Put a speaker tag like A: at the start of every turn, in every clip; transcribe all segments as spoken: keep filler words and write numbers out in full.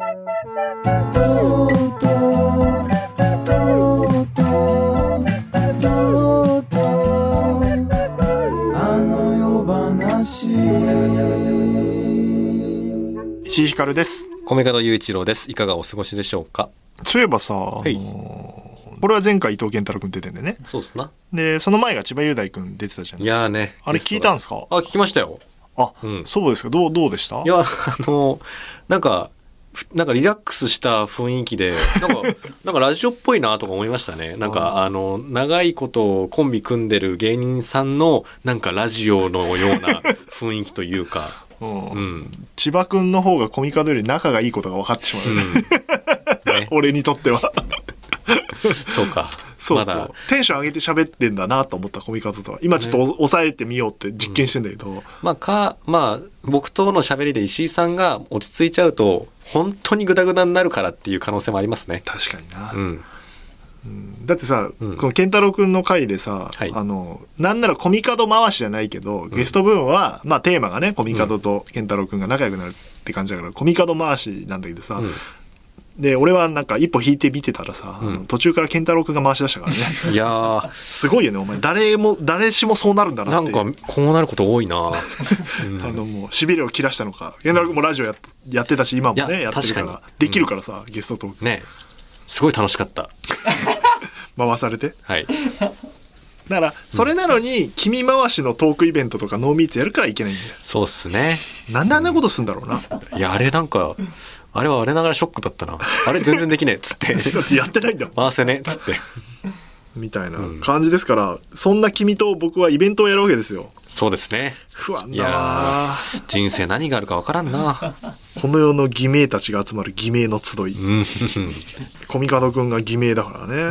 A: 石井ひかるです。
B: 米門雄一郎です。いかがお過ごしでしょうか。
A: そういえばさ、
B: はい、
A: あのー、これは前回伊藤健太郎君出てんでね。
B: そうですな。
A: でその前が千葉雄大君出てたじゃん。
B: いやーね、
A: あれ聞いたんですか？
B: あ、聞きましたよ。
A: あ、うん、そうですか。どうどうでした？
B: いや、あのなんかなんかリラックスした雰囲気でなんかなんかラジオっぽいなとか思いましたね。なんかあの長いことコンビ組んでる芸人さんのなんかラジオのような雰囲気というか。
A: うんうん、千葉君の方がコミカドより仲がいいことが分かってしまう、ねうんね、俺にとっては
B: そうか。
A: そうそう、まだテンション上げて喋ってんだなと思ったコミカドとは今ちょっと、ね、抑えてみようって実験してんだけど、うん、
B: まあかまあ僕との喋りで石井さんが落ち着いちゃうと本当にグダグダになるからっていう可能性もありますね。
A: 確かにな、
B: うん
A: うん、だってさ、うん、この健太郎くんの回でさ、はい、あのなんならコミカド回しじゃないけど、うん、ゲスト部分は、まあ、テーマがねコミカドと健太郎くんが仲良くなるって感じだから、うん、コミカド回しなんだけどさ、うん、で俺はなんか一歩引いて見てたらさ、うん、途中から健太郎くんが回し出したからね
B: いやー
A: すごいよねお前。誰も誰しもそうなるんだなって。
B: なんかこうなること多いな、うん、
A: あのもうしびれを切らしたのか。健太郎くんもラジオ や, やってたし今もねやってるからできるからさ、うん、ゲストトーク
B: ねすごい楽しかった
A: 回されて、
B: はい、
A: だからそれなのに君回しのトークイベントとかノーミーツやるからいけないんだよ。
B: そうっすね。
A: なんであんなことするんだろうな、
B: うん、いやあれなんかあれは我ながらショックだったな。あれ全然できねえっつって
A: だってやってないんだもん
B: 回せねえっつって
A: みたいな感じですから、うん、そんな君と僕はイベントをやるわけですよ。
B: そうですね。
A: 不安だな。
B: 人生何があるか分からんな
A: この世の偽名たちが集まる偽名の集いコミカドくんが偽名だからね、うん、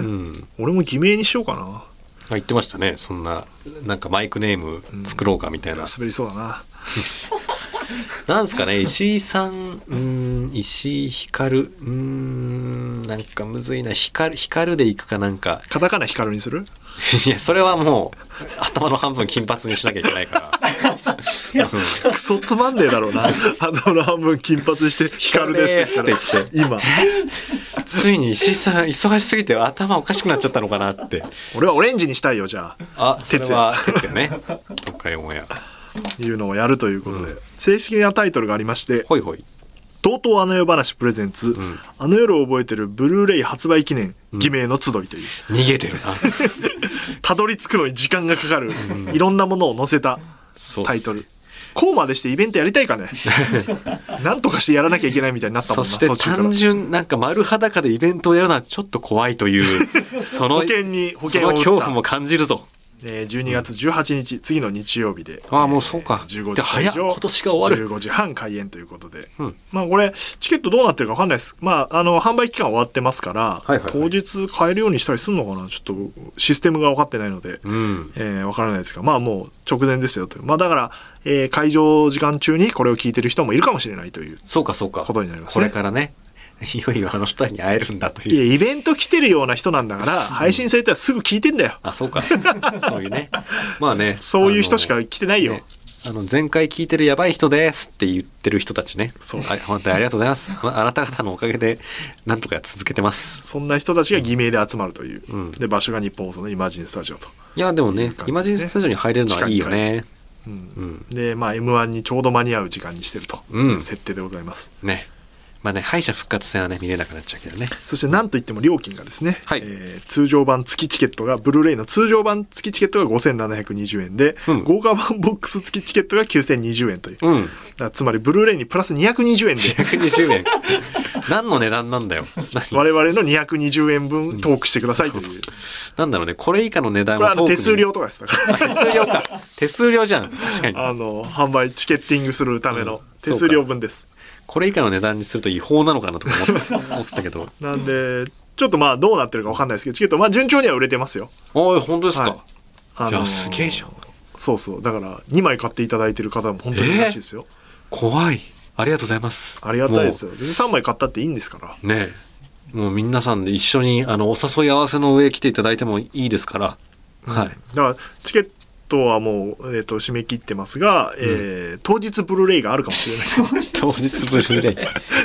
A: 俺も偽名にしようかな。あ、
B: 言ってましたね。そんななんかマイクネーム作ろうかみたいな、うん、
A: 滑りそうだな
B: なんですかね、石井さん、うーん、石井ひかる、うーん、なんかむずいな、ひかる、ひかるでいくかなんか。
A: カタカナひかるにする？
B: いや、それはもう、頭の半分金髪にしなきゃいけないから。
A: いや、クソつまんねえだろうな。頭の半分金髪して、ひかるですって言ったら、今。
B: ついに石井さん、忙しすぎて頭おかしくなっちゃったのかなって。
A: 俺はオレンジにしたいよ、じゃ
B: あ。あ、それは哲也ね。今回もや。
A: いうのをやるということで、うん、正式なタイトルがありまして、
B: ほいほい、
A: とうとうあの世話プレゼンツ、うん、あの夜を覚えてるブルーレイ発売記念、うん、偽名の集いという。
B: 逃げてるな
A: たどり着くのに時間がかかる、うん、いろんなものを載せたタイトル。こうまでしてイベントやりたいかねなんとかしてやらなきゃいけないみたいになったもんな。
B: そして単純なんか丸裸でイベントをやるのはちょっと怖いというその
A: 保険に保険を
B: 打ったその恐怖も感じるぞ。
A: じゅうにがつじゅうはちにち、うん、次の日曜日で、
B: ああもうそうか、
A: じゅうごじ会場、
B: 早っ、今年が終わる。
A: じゅうごじはん開演ということで、うん、まあこれチケットどうなってるか分かんないです。まああの販売期間終わってますから、はいはいはい、当日買えるようにしたりするのかな。ちょっとシステムが分かってないので、うん、えー、分からないですが、まあもう直前ですよという。まあだから、えー、会場時間中にこれを聞いてる人もいるかもしれないという。
B: そうかそうか。
A: ことになりますね。
B: これからね。いよいよあの人に会えるんだという。
A: いやイベント来てるような人なんだから、うん、配信されたらすぐ聞いてんだよ。
B: あ、そうか。そういうね。まあね。
A: そういう人しか来てないよ。
B: ね、あの前回聞いてるやばい人ですって言ってる人たちね。
A: そう。
B: あ、本当にありがとうございます。あなた方のおかげでなんとか続けてます。
A: そんな人たちが偽名で集まるという。うん、で場所が日本放送のイマジンスタジオと。
B: いやでもね、イマジンスタジオに入れるのはいいよね。
A: うんうん、でまあ エムワン にちょうど間に合う時間にしてるという設定でございます。
B: うん、ね。まあね、敗者復活戦はね見れなくなっちゃうけどね。
A: そして何といっても料金がですね、
B: はい、
A: えー、通常版付きチケットがブルーレイの通常版付きチケットがごせんななひゃくにじゅうえんで、うん、豪華版ボックス付きチケットがきゅうせんにじゅうえんという、うん、だからつまりブルーレイにプラスにひゃくにじゅうえんでにひゃくにじゅうえん
B: 何の値段なんだよ
A: 我々のにひゃくにじゅうえんぶんトークしてくださいという、うん、
B: なんだろうね、これ以下の値段
A: はトークに手数料とかです
B: から手数料か手数料じゃん。確かに
A: あの販売チケッティングするための手数料分です、うん、
B: これ以下の値段にすると違法なのかなとか思って思ってたけど
A: なんでちょっとまあどうなってるか分かんないですけど、チケットまあ順調には売れてますよ。
B: ああ本当ですか、はい、
A: あのー、
B: いやすげえじゃん。
A: そうそう、だからにまい買っていただいてる方も本当に嬉しいですよ、
B: えー、怖い。ありがとうございます。
A: ありがたいですよ。さんまい買ったっていいんですから
B: ね。もう皆さんで一緒にあのお誘い合わせの上来ていただいてもいいですから、うん、はい。
A: だからチケットはもう、えー、と締め切ってますが、うん、えー、当日ブルーレイがあるかもしれない
B: 当日ブルーレイ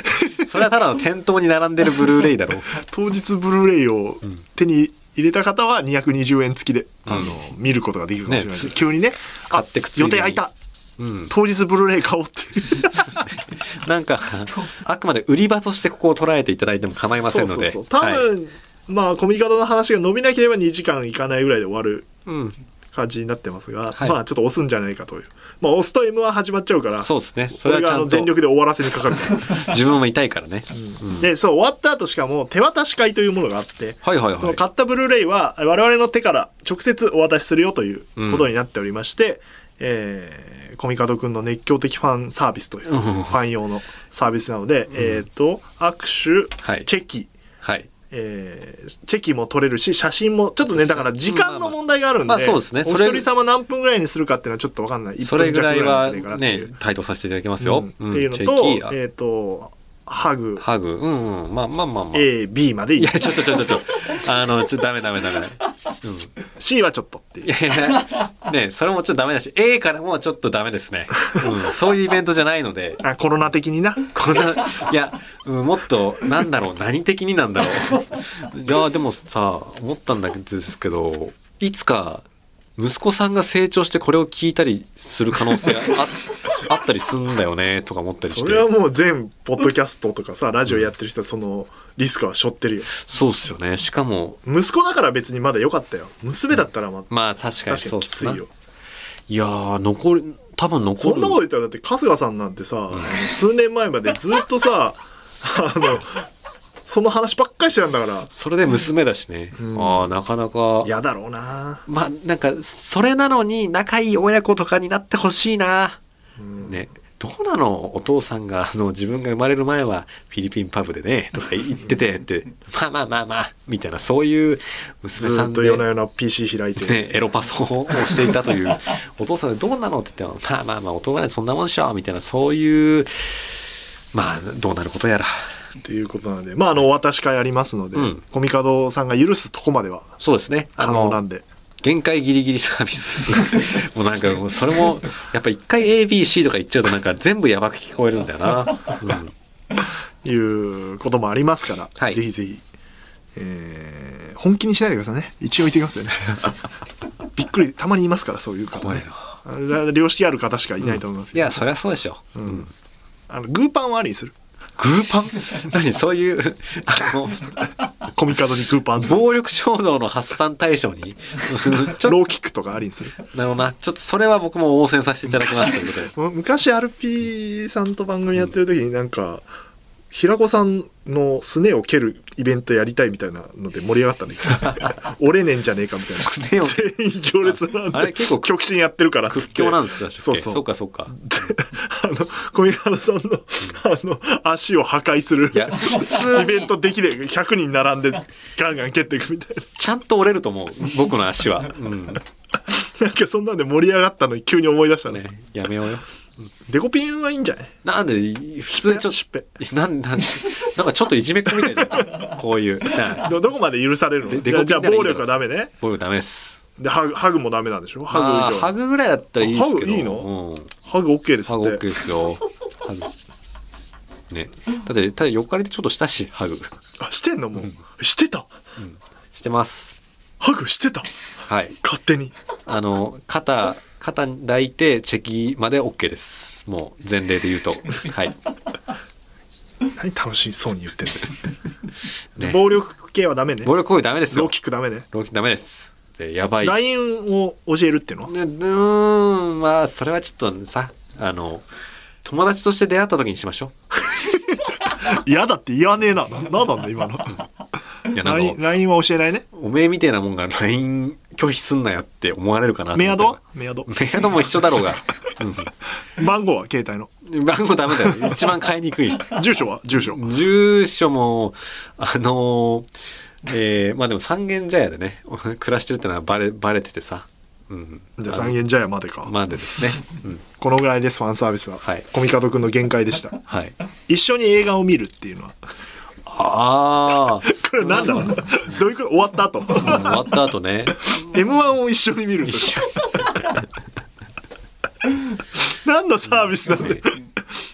B: それはただの店頭に並んでるブルーレイだろう。
A: 当日ブルーレイを手に入れた方はにひゃくにじゅうえん付きで、うん、あの見ることができるかもしれない、ね、急にね
B: 買ってくついでに
A: 予定空いた、うん、当日ブルーレイ買おうってそうですね、
B: なんかあくまで売り場としてここを捉えていただいても構いませんので、
A: そうそうそう、多分、はい、まあコミカドの話が伸びなければにじかんいかないぐらいで終わる、うん感じになってますが、はい、まあちょっと押すんじゃないかという、まあ押すと エムワン 始まっちゃうから、
B: そうですね、それはちゃんと
A: 全力で終わらせにかかるから
B: 自分も痛いからね、
A: うんうん、でそう終わった後しかも手渡し会というものがあって、
B: はいはいはい、
A: その買ったブルーレイは我々の手から直接お渡しするよということになっておりまして、うん、えー、コミカドくんの熱狂的ファンサービスという、うん、ファン用のサービスなので、うん、えっ、ー、と握手、はい、チェキ、はい、えー、チェキも撮れるし写真もちょっとね、だから時間の問題があるんで、まあまあまあ、そうですね、お一人様何分ぐらいにするかっていうのはちょっと分かんない。
B: それぐらいはね対等させていただきますよ、
A: うん、っていうのと、えっ、ー、とハグ
B: ハグ、うんうん、まあまあまあまあ
A: A、B までいい。
B: いやちょちょちょちょちょあのちょダメダメダメ、うん、
A: C はちょっとっていう。いやい
B: やね、それもちょっとダメだし A からもちょっとダメですね、うん、そういうイベントじゃないので。
A: あ、コロナ的にな。
B: コロナいや、うん、もっとなんだろう、何的になんだろういやでもさ思ったんだけですけど、いつか息子さんが成長してこれを聞いたりする可能性が あ, あったりすんだよねとか思ったりして。
A: それはもう全ポッドキャストとかさラジオやってる人はそのリスクは背負ってるよ。
B: そうっすよね。しかも
A: 息子だから別にまだ良かったよ。娘だったらまあ、
B: まあ確かにそうっすな。
A: きついよ。
B: いやー残り多分残る。
A: そんなこと言ったらだって春日さんなんてさ、うん、あの数年前までずっとさあのその話ばっかりしてたんだから。
B: それで娘だしね、うん、あなかなか
A: 嫌だろうな。
B: まあなんかそれなのに仲いい親子とかになってほしいな、うん、ね。どうなのお父さんがあの自分が生まれる前はフィリピンパブでねとか言っててってまあまあまあまあみたいな、そういう娘さんで
A: ずっと夜な夜な ピーシー 開いて、
B: ね、エロパソをしていたというお父さんでどうなのって言ってもまあまあまあ大人でそんなもんでしょみたいな、そういうまあどうなることやら
A: っていうことなんで、まああのお渡し会ありますので、うん、コミカドさんが許すとこまでは
B: そうですね
A: 可能なんで。
B: 限界ギリギリサービスもうなんかもうそれもやっぱ一回 エービーシー とか言っちゃうとなんか全部やばく聞こえるんだよな、うん、
A: いうこともありますから、はい、ぜひぜひ、えー、本気にしないでくださいね。一応言ってきますよねびっくりたまにいますからそういう方、ね、怖いな。良識ある方しかいないと思いますけど、
B: うん、いやそりゃそうでしょ、うんうん、
A: あのグーパンはありにする。
B: グーパン何そういうあの
A: コミカドにグーパン
B: 暴力衝動の発散対象に
A: ちょローキックとかありにする。
B: なるほどな。ちょっとそれは僕も応戦させていただきますということ
A: で昔 アールピー さんと番組やってる時になんか、平子さんのすねを蹴るイベントやりたいみたいなので盛り上がったんだけど折れねんじゃねえかみたいな全員行列なんで、あれ結構極真やってるから
B: 屈強なんですよ。
A: そうそう
B: そうかそうか
A: あの小宮原さんのあの足を破壊するいやイベントできでひゃくにん並んでガンガン蹴っていくみたいな。
B: ちゃんと折れると思う僕の足は、うん、
A: なんかそんなんで盛り上がったのに急に思い出したね。
B: やめようよ。
A: デコピンはいいんじゃない？
B: なんで普通にちょっとなんなんなんかちょっといじめっ子みたいじゃんこういう
A: ど, どこまで許されるの？じゃあ暴力はダメね。
B: 暴力ダメです。
A: でハグ、ハグもダメなんでしょ？ハグ以上。
B: ハグぐらいだったらいいですけど。
A: ハグいいの？うん、ハグ OK ですって。
B: ハグ OK ですよ。ハグね。だってただ横からでちょっとしたしハグ。
A: あしてんのもう、うん、してた、
B: うん。してます。
A: ハグしてた。
B: はい。
A: 勝手に。
B: あの肩肩抱いてチェキまで OK です。もう前例で言うとはい。
A: 何楽しそうに言ってるね。暴力系はダメね。
B: 暴力行為ダメですよ。
A: ローキックダメね。
B: ローキックダメです。でやばい。
A: ライン を教えるっていうの？
B: うーんまあそれはちょっとさあの友達として出会った時にしましょう。
A: 嫌だって言わねえな。なんなんだ今の。いやなんか ライン は教えないね。
B: おめえみたいなもんが ライン 拒否すんなよって思われるかな。
A: メアドはメアド
B: メアドも一緒だろうが、
A: うん、番号は携帯の
B: 番号ダメだよ。一番買いにくい。
A: 住所は住所
B: 住所もあのえー、まあでも三軒茶屋でね暮らしてるってのはバレバレててさ、うん、
A: じゃあ三軒茶屋までか
B: までですね、うん、こ
A: のぐらいですファンサービスは、はい、コミカドくんの限界でした、
B: はい、
A: 一緒に映画を見るっていうのは
B: ああ
A: これなんだろうどういうこと終わった後、うん、終
B: わった後ね
A: エムワン を一緒に見ると何のサービスなんで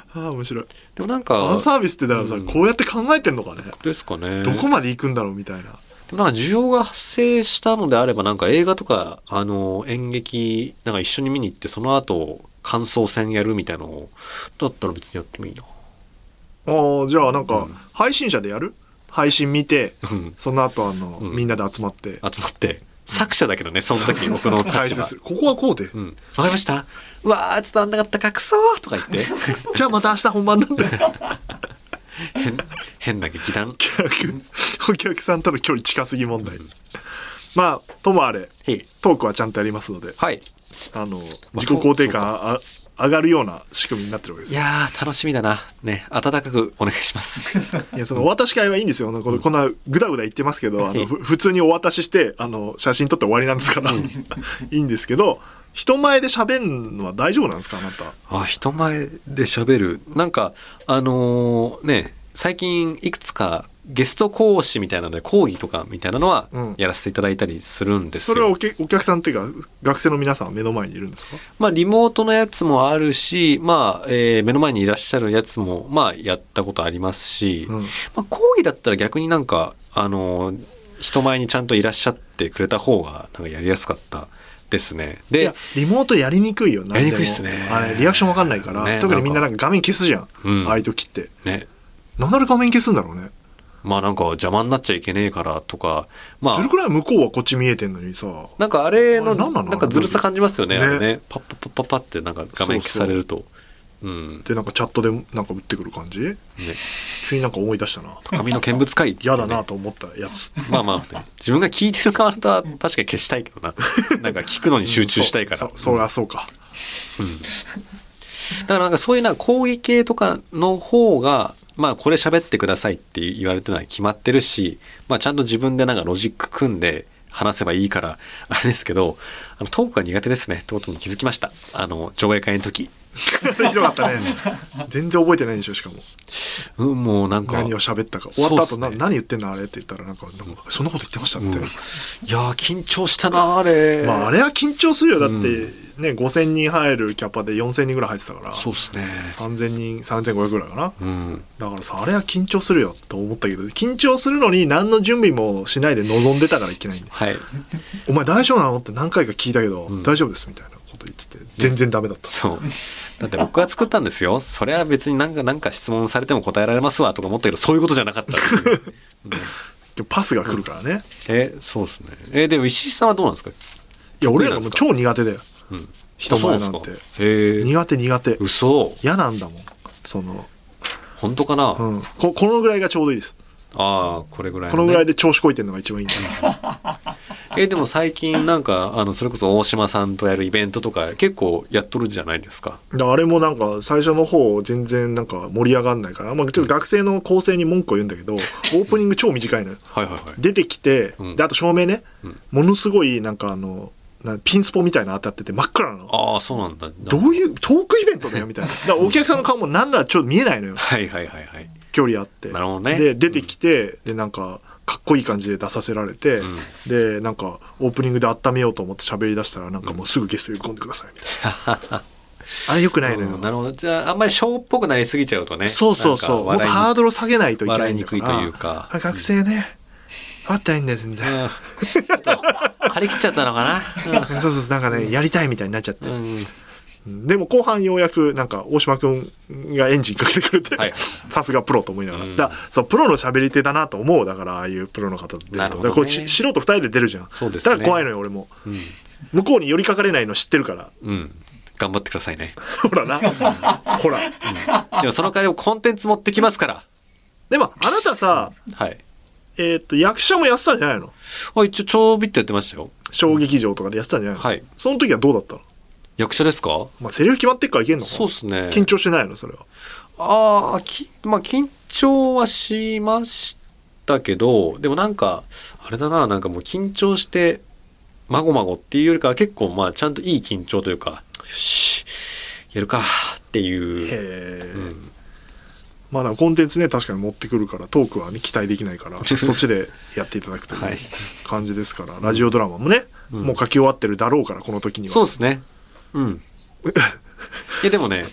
A: ああ面白い。
B: でもなんか
A: ファンサービスってだからさ、うん、こうやって考えてんのかね。
B: ですかね。
A: どこまで行くんだろうみたいな。
B: でもなんか需要が発生したのであれば、なんか映画とかあの演劇なんか一緒に見に行ってその後感想戦やるみたいなのだったら別にやってもいいな。
A: ああじゃあなんか、うん、配信者でやる？配信見て、うん、その後あの、うん、みんなで集まって
B: 集まって作者だけどね、その時僕の立場
A: ここはこうで、
B: うん、わかりました、うわー伝わんなかった隠そうとか言って
A: じゃあまた明日本番なんで
B: 変, 変な劇団
A: お客さんとの距離近すぎ問題、うん、まあともあれトークはちゃんとやりますので、はい、あの自己肯定感上がるような仕組みになってるわけです。
B: いやー楽しみだなね、温かくお願いします
A: いやそのお渡し会はいいんですよ、このこんなぐだぐだ言ってますけど、あの普通にお渡ししてあの写真撮って終わりなんですからいいんですけど、人前で喋るのは大丈夫なんですかあなた。
B: あ、人前で喋るなんかあのー、ね最近いくつかゲスト講師みたいなので講義とかみたいなのはやらせていただいたりするんですよ、
A: うん、それは お, お客さんっていうか学生の皆さんは目の前にいるんですか？
B: まあリモートのやつもあるし、まあえー、目の前にいらっしゃるやつもまあやったことありますし、うん、まあ、講義だったら逆になんかあの人前にちゃんといらっしゃってくれた方がなんかやりやすかったですね。で、いや
A: リモートやりにくいよな。
B: やりにくいっすね。
A: あれリアクションわかんないから、ね、特にみんななんか画面消すじゃん、うん、ああいう時ってね。なんであれ画面消すんだろうね。
B: まあなんか邪魔になっちゃいけねえからとか、まあ
A: それくらい向こうはこっち見えてんのにさ、
B: なんかあれのなんかずるさ感じますよね。ね、あれね、パッパッパッパッパってなんか画面消されると、そうそう、うん、
A: でなんかチャットでなんか打ってくる感じ。ね、急になんか思い出したな。
B: 紙の見物会
A: 嫌、ね、だなと思ったやつ。
B: まあまあ、ね、自分が聞いてる側とは確かに消したいけどな。なんか聞くのに集中したいから。
A: うん、そ, そ, そりゃそうか。
B: うん。だからなんかそういうな講義系とかの方が。まあこれ喋ってくださいって言われてるのは決まってるし、まあちゃんと自分でなんかロジック組んで話せばいいからあれですけど、あのトークが苦手ですねってことに気づきました。あの上映会の時。
A: ひどかったね。全然覚えてないんでしょしかも。
B: うん、もうなんか
A: 何を喋ったか終わった後、ね、な何言ってんのあれって言ったらなんか、なんかそんなこと言ってましたみたいな、うん、い
B: や緊張したなあれ。
A: まああれは緊張するよ。だって、うん、ねごせんにん入るキャパでよんせんにんぐらい入ってたから。
B: そうですね。
A: さんぜんにんさんぜんごひゃくぐらいかな、
B: うん、
A: だからさあれは緊張するよと思ったけど、緊張するのに何の準備もしないで臨んでたからいけないんで、
B: はい、
A: お前大丈夫なのって何回か聞いたけど、うん、大丈夫ですみたいなこと言ってて全然ダメだった、
B: ね、そうだって僕が作ったんですよ。それは別になんかなんか質問されても答えられますわとか思ったけど、そういうことじゃなかったっていう、
A: うん、パスが来るからね、
B: うん、えそうですね。えでも石井さんはどうなんですか？い
A: や俺らも超苦手だよ、うん、人前なんて。へ苦手苦手。
B: 嘘。
A: 嫌なんだもん。その
B: 本当かな、
A: うん、こ, このぐらいがちょうどいいです。
B: ああこれぐらい、ね、
A: このぐらいで調子こいてるのが一番いいんだ
B: えでも最近なんかあのそれこそ大島さんとやるイベントとか結構やっとるじゃないですか。
A: あれもなんか最初の方全然なんか盛り上がんないから、まあ、ちょっと学生の構成に文句を言うんだけど、うん、オープニング超短いのよ
B: はいはい、はい、
A: 出てきて、
B: うん、
A: であと照明ね、うん、ものすごいなんかあのピンスポみたいなの当たってて真っ暗なの。
B: ああそうなんだ。
A: どういうトークイベントだよみたいな。だからお客さんの顔もなんならちょっと見えないのよ
B: はいはいはいはい。
A: 距離あって。
B: なるほどね。
A: で出てきて、うん、でなんかかっこいい感じで出させられて、うん、でなんかオープニングで温めようと思って喋り出したらなんかもうすぐゲスト呼び込んでくださいみたいな、うん、あれよくないのよ、
B: うん、なるほど。じゃああんまりショーっぽくなりすぎちゃうとね。
A: そうそうそう。もっとハードルを下げないといけないんだから。
B: 笑いにくいというか。
A: あれ学生ね、分かってないんだよ全然、うん、
B: 張り切っちゃったのかな、
A: うん、そうそうそう。なんかねやりたいみたいになっちゃって、うんでも後半ようやくなんか大島くんがエンジンかけてくれて、はい、さすがプロと思いながら、うん、だそうプロの喋り手だなと思う。だからああいうプロの方って、ね、だからこう素人ふたりで出るじゃん。
B: そうですね。
A: だから怖いのよ俺も、うん、向こうに寄りかかれないの知ってるから、
B: うん、頑張ってくださいね
A: ほらなほら、
B: うん、でもその代わりコンテンツ持ってきますから。
A: でもあなたさ、
B: はい
A: えー、っと役者もやってたんじゃないの？
B: あ一応ちょびっとやってましたよ。
A: 小劇場とかでやってたんじゃないの？
B: はい。そ
A: の時はどうだったの？
B: 役者ですか？
A: まあセリフ決まってっからいけんのかな。
B: そうですね。
A: 緊張してないのそれは？
B: ああ、きまあ緊張はしましたけど、でもなんかあれだな、なんかもう緊張してまごまごっていうよりかは結構まあちゃんといい緊張というか、よしやるかっていう。へえ。うん、
A: まあなんかコンテンツね確かに持ってくるからトークはね期待できないからそっちでやっていただくという感じですから、はい、ラジオドラマもね、うん、もう書き終わってるだろうからこの時には。
B: そうですね。うん。いやでもね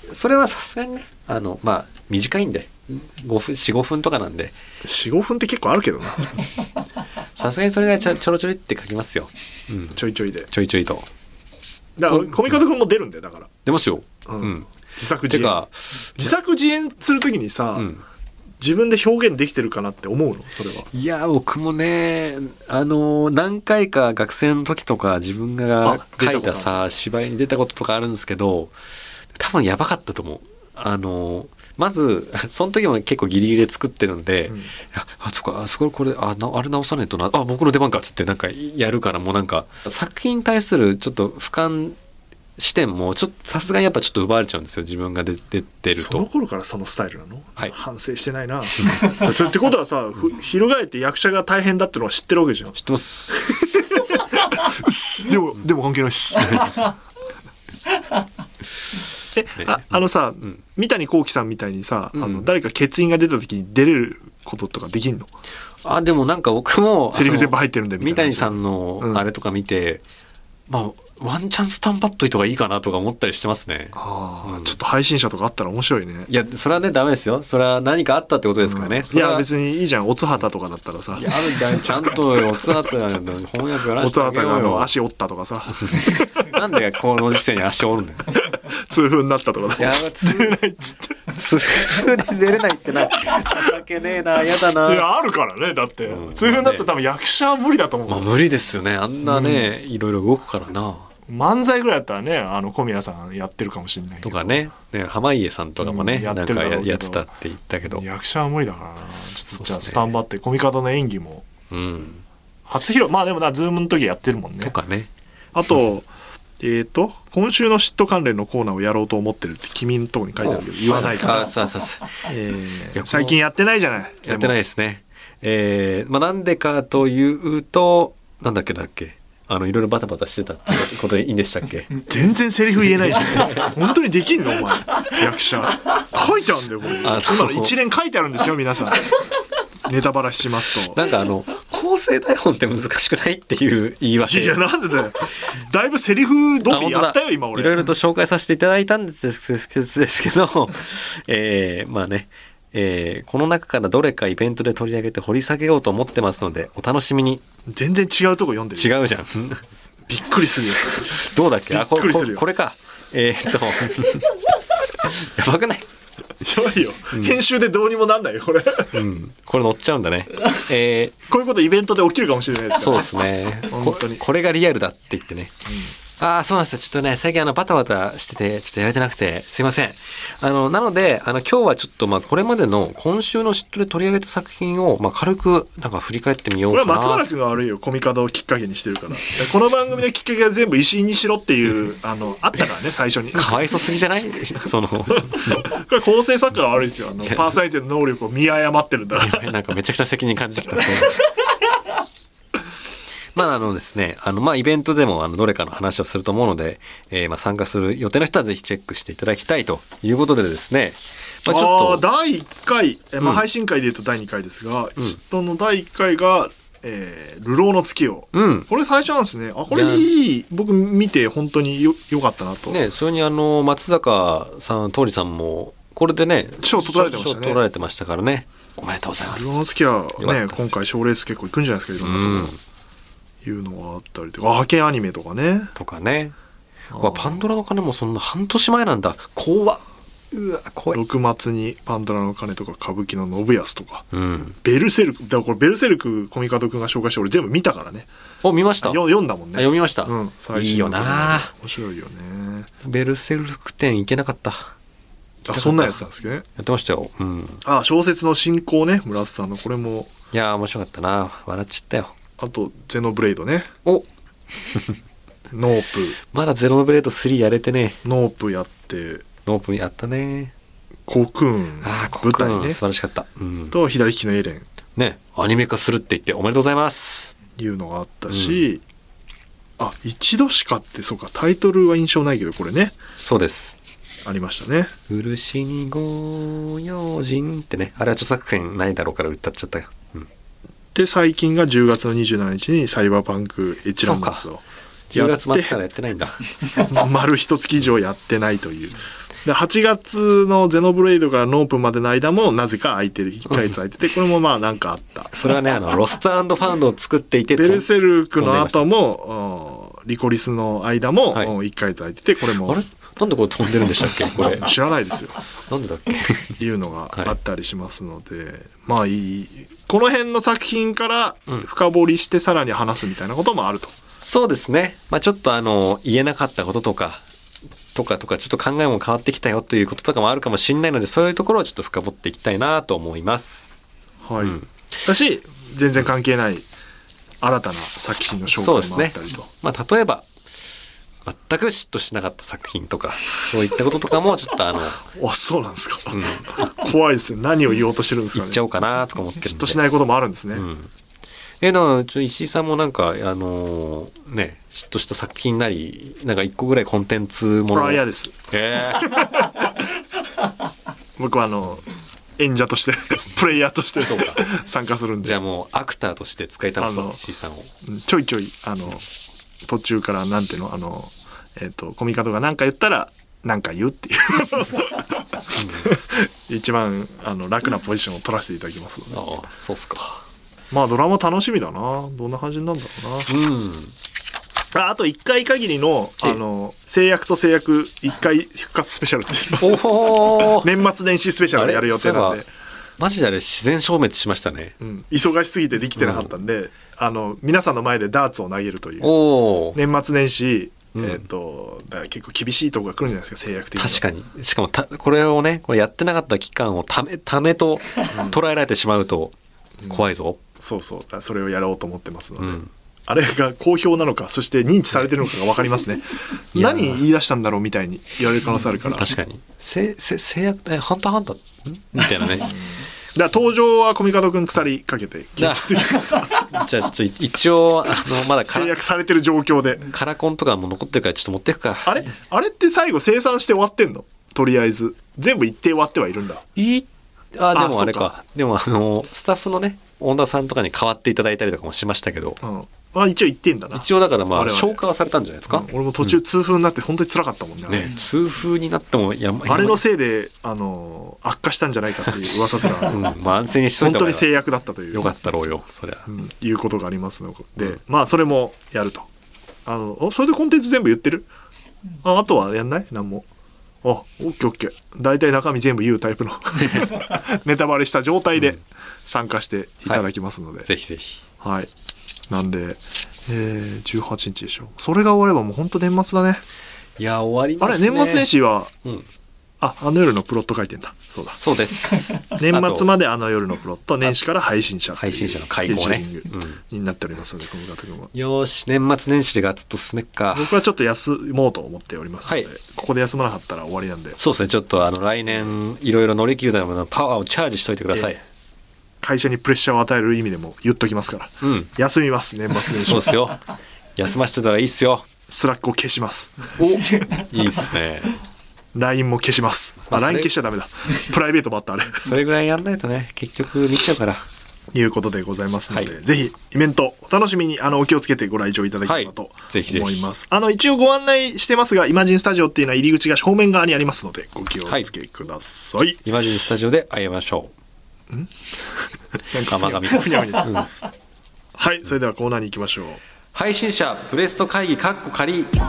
B: それはさすがにね、あのまあ短いんでごふん よん,ご 分とかなんで、
A: よん,ご 分って結構あるけどな
B: さすがにそれがちょちょろちょろって書きますよ、うん、
A: ちょいちょいで
B: ちょいちょいと。
A: だからコミカド君も出るんだよ。だから
B: 出ますよ、
A: うん
B: うん、
A: 自作自演自作自演するときにさ、うん、自分で表現できてるかなって思うのそれは。
B: いや僕もね、あの何回か学生の時とか自分が書いたさ芝居に出たこととかあるんですけど、多分やばかったと思う。あのまずその時も結構ギリギリで作ってるんで、うん、あそこあそここれあなあれ直さないとな、あ僕の出番かっつってなんかやるから、もうなんか作品に対するちょっと俯瞰視点もちょっとさすがにやっぱちょっと奪われちゃうんですよ、自分が出てると。
A: その頃からそのスタイルなの？
B: はい、
A: 反省してないなそれってことはさ、翻って役者が大変だってのは知ってるわけじゃん。
B: 知ってます
A: でもでも関係ないっすえ、ね、あ, あのさ、うん、三谷幸喜さんみたいにさ、うん、あの誰か欠員が出た時に出れることとかできんの？
B: あでもなんか僕も
A: セリフ全部入ってるんでみたいな。
B: 三谷さんのあれとか見て、うん、まあワンチャンスタンバっといた方がいいかなとか思ったりしてますね。
A: あ、うん、ちょっと配信者とかあったら面白いね。
B: いやそれはねダメですよ。それは何かあったってことですからね、うん、
A: いや別にいいじゃん。おつはたとかだったらさ、
B: いやあるじゃんちゃんとおつはた翻訳やらせてあげようよ。おつはたがあの足折ったとかさなんでこの時点に足折るんだよ
A: 痛風になったとか。いや
B: 出れないっつって痛風で出れないってな情けねえな、やだな。
A: いやあるからね。だって、うん、痛風になったら多分役者は無理だと思う、
B: まあ、無理ですよね。あんなね、うん、いろいろ動くからな。
A: 漫才ぐらいだったらね、あの小宮さんやってるかもしれないけど
B: とかね、ね濱家さんとかもね、うん、やってるなんかやってたって言ったけど、
A: 役者は無理だからな。ちょっとじゃあスタンバってコミカドの演技も、うん、初披露、まあでもなズームの時やってるもんね。
B: とかね。
A: あとえーと今週の嫉妬関連のコーナーをやろうと思ってるって君のところに書いてあるけど言わないから。
B: あそうそうそう、
A: えー、最近やってないじゃない。
B: やってないですね。えー、まあなんでかというとなんだっけだっけあのいろいろバタバタしてたってことでいいんでしたっけ
A: 全然セリフ言えないじゃん本当にできんのお前役者書いてあるんだよこれ。今の一連書いてあるんですよ皆さん。ネタバラししますと
B: なんかあの構成台本って難しくないっていう言い訳。
A: いやなんでだよ。だいぶセリフ通りやったよ今俺。
B: いろいろと紹介させていただいたんですですけどえー、まあねえー、この中からどれかイベントで取り上げて掘り下げようと思ってますのでお楽しみに。
A: 全然違うとこ読んでる。
B: 違うじゃん
A: びっくりするよ。
B: どうだっけ。
A: びっくりするよ。
B: あ こ, こ, これかえー、っとやばくない。
A: やばいよ、うん、編集でどうにもなんないよこれ、
B: うん、これ乗っちゃうんだね、え
A: ー、こういうことイベントで起きるかもしれないですからね。
B: そうですね本当に こ, これがリアルだって言ってね、うん、ああそうなんですよ。ちょっとね最近あのバタバタしててちょっとやれてなくてすいません。あのなのであの今日はちょっとまあこれまでの今週の嫉妬で取り上げた作品をまあ軽くなんか振り返ってみようかな。
A: これは松原君が悪いよ。コミカドをきっかけにしてるからこの番組のきっかけが全部石井にしろっていうあのあったからね最初に。
B: かわいそすぎじゃないそのこ
A: れ構成作家が悪いですよ。あのパーソナリティの能力を見誤ってるんだから
B: なんかめちゃくちゃ責任感じてきたまああのですね、あのまあイベントでもあのどれかの話をすると思うので、えー、まあ参加する予定の人はぜひチェックしていただきたいということでですね、
A: まあ、ちょっとだいいっかい、えーまあ、配信会でいうとだいにかいですが、うん、嫉妬のだいいっかいが、えー、流浪の月を、うん、これ最初なんですね。あこれいい。僕見て本当によよかったなと。
B: ね、それにあの松坂さん、桃李さんもこれでね
A: 賞取られてましたね。
B: 賞取られてましたからね。おめでとうございます。
A: 流浪の月はね今回賞レース結構いくんじゃないですかいろんなところ。いうのがあったりとか、アケアニメとかね
B: とかね。わパンドラの鐘もそんな半年前なんだ。怖っ。うわ怖い。
A: 六末にパンドラの鐘とか歌舞伎の信康とか、うん、ベルセルクだからこれベルセルクコミカド君が紹介して俺全部見たからね。
B: お見ました。
A: 読んだもんね。
B: 読みました、
A: うん、
B: 最新いいよな。
A: 面白いよね。
B: ベルセルク展行けなかった。
A: あそんなやつなんですけどね。
B: やってましたよ、うん、
A: あ小説の進行ね村瀬さんのこれも
B: いや面白かったな。笑っちゃったよ。
A: あとゼノブレイドね。
B: お
A: ノープ
B: まだゼノブレイドスリーやれてね。
A: ノープやって
B: ノープやったね。
A: コクーン
B: あ舞台ね素晴らしかった、うん、
A: と左利きのエレン
B: ねアニメ化するって言っておめでとうございます
A: いうのがあったし、うん、あ一度しかってそうかタイトルは印象ないけどこれね
B: そうです
A: ありましたね。
B: 漆にご用心ってねあれは著作権ないだろうから歌っちゃったよ、うん、
A: で最近がじゅうがつのにじゅうしちにちにサイバーパンクエッジランダースを
B: じゅうがつ末からやってないんだ
A: 丸一月以上やってないというではちがつのゼノブレイドからノープンまでの間もなぜか空いてるいっかげつ空いてて、これもまあなんかあった
B: それはねあのロスト&ファウンドを作っていて
A: ベルセルクの後もリコリスの間も、はい、いっかげつ空いててこれも
B: あれなんでこれ飛んでるんでしたっけこれ
A: 知らないですよ
B: なんでだっけ
A: いうのがあったりしますので、はい、まあいいこの辺の作品から深掘りしてさらに話すみたいなこともあると、うん、
B: そうですね、まあ、ちょっとあの言えなかったこととかとかとかちょっと考えも変わってきたよということとかもあるかもしれないのでそういうところをちょっと深掘っていきたいなと思います。
A: はい、うん、だし全然関係ない新たな作品の紹介もあったりと、
B: ねまあ、例えば全く嫉妬しなかった作品とかそういったこととかもちょっとあの
A: あそうなんですか、うん、怖いですね何を言おうとしてるんですかね
B: 言っちゃおうかなとか思ってるんで
A: 嫉妬しないこともあるんですね、
B: うんえだからちょ石井さんもなんかあのー、ね嫉妬した作品なりなんか一個ぐらいコンテンツもの
A: これは嫌です、
B: えー、
A: 僕はあの演者としてプレイヤーとして参加するんで
B: じゃあもうアクターとして使いたいそう石井さんを
A: ちょいちょいあの途中からなんていうのあのえっ、ー、とコミカドが何か言ったら何か言うっていう、うん、一番あの楽なポジションを取らせていただきます
B: ああそうっすか
A: まあドラマ楽しみだなどんな感じになるんだろうな、うん、あ, あといっかい限りのあの制約と制約いっかい復活スペシャルっていうお年末年始スペシャルやる予定なんで
B: マジであれ自然消滅しましたね、
A: うん、忙しすぎてできてなかったんで、うん、あの皆さんの前でダーツを投げるという年末年始えーと、だから結構厳しいところが来るんじゃないですか制約的に
B: 確かにしかもたこれをねこれやってなかった期間をためためと捉えられてしまうと怖いぞ、うん、
A: そうそうだそれをやろうと思ってますので、うん、あれが好評なのかそして認知されてるのかが分かりますね何言い出したんだろうみたいに言われる可能性あるから
B: 確かにせせ制約えハンターハンターみたいなね
A: だから登場はコミカドくん鎖かけて
B: じゃあちょっと一応あのまだ
A: 制約されてる状況で
B: カラコンとかも残ってるからちょっと持っていくか
A: あれあれって最後生産して終わってんのとりあえず全部一定終わってはいるんだ
B: いあでもあれか、かでもあのスタッフのね恩田さんとかに代わっていただいたりとかもしましたけど、
A: うんまあ、一応言ってんだな
B: 一応だからまあ消化はされたんじゃないですか、
A: うん、俺も途中痛風になって本当に辛かったもんね、うん、
B: ね痛風になってもや
A: あれのせいであの悪化したんじゃないかっていう噂すら、
B: うんまあ、安静にしといた
A: 本当に制約だったという
B: よかったろうよそりゃ、
A: うん、いうことがありますので、うん、まあそれもやるとあのそれでコンテンツ全部言ってるああとはやんない何もあオッケーオッケー大体中身全部言うタイプのネタバレした状態で参加していただきますので、うん
B: はい、ぜひぜひ
A: はいなんで、えー、じゅうはちにちでしょそれが終わればもう本当年末だね
B: いや終わりますね
A: あれ年末年始は、うん、ああの夜のプロット書いてんだそうだ
B: そうです
A: 年末まであの夜のプロット年始から配信者
B: 配信者の会合ね
A: になっておりますので、この方も
B: よし年末年始でガツッと進めっか
A: 僕はちょっと休もうと思っておりますので、はい、ここで休まなかったら終わりなんで
B: そうですねちょっとあの来年いろいろ乗り切るためのパワーをチャージしといてください、えー、
A: 会社にプレッシャーを与える意味でも言っときますから、うん、休みます年末年始
B: そうですよ休ませてたらいいっすよ
A: スラックを消します
B: おいいっすね
A: ライン も消します、まあ、ライン 消しちゃダメだプライベートもあったあれ
B: それぐらいやんないとね結局見ちゃうから
A: いうことでございますので、はい、ぜひイベントお楽しみにあのお気をつけてご来場いただければと思います、はい、ぜひぜひあの一応ご案内してますがイマジンスタジオっていうのは入り口が正面側にありますのでご気をつけください、はい、
B: イマジンスタジオで会いましょうんなんか甘噛みふにゃふにゃ、うん、
A: はいそれではコーナーに行きましょう
B: 配信者プレスト会議カッコ仮
A: カ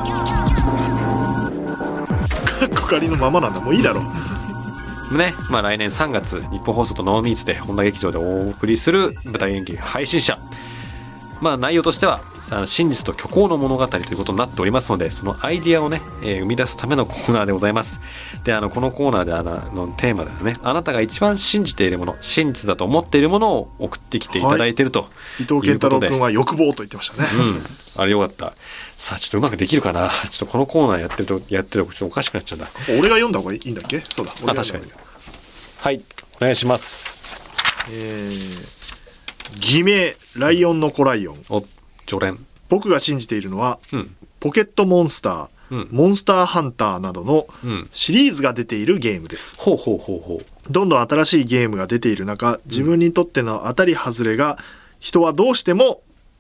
A: ッコ仮のままなんだもういいだろう
B: ねまあ来年さんがつ日本放送とノーミーツで本田劇場でお送りする舞台演劇配信者まあ内容としては真実と虚構の物語ということになっておりますのでそのアイディアをね、えー、生み出すためのコーナーでございますであのこのコーナーであのテーマではねあなたが一番信じているもの真実だと思っているものを送ってきていただいていると、はい、
A: 伊藤健太郎君は欲望と言ってましたね
B: うんあれよかったさあちょっとうまくできるかなちょっとこのコーナーやってるとやってるとちょっとおかしくなっちゃうんだ
A: 俺が読んだ方がいいんだっけそうだ
B: あ確かにはいお願いします
A: えー、偽名ライオンの子ライオン
B: お常連
A: 僕が信じているのは、うん、ポケットモンスター、うん、モンスターハンターなどのシリーズが出ているゲームです、
B: うん、ほうほうほうほ
A: うどんどん新しいゲームが出ている中自分にとっての当たり外れが人はどうしても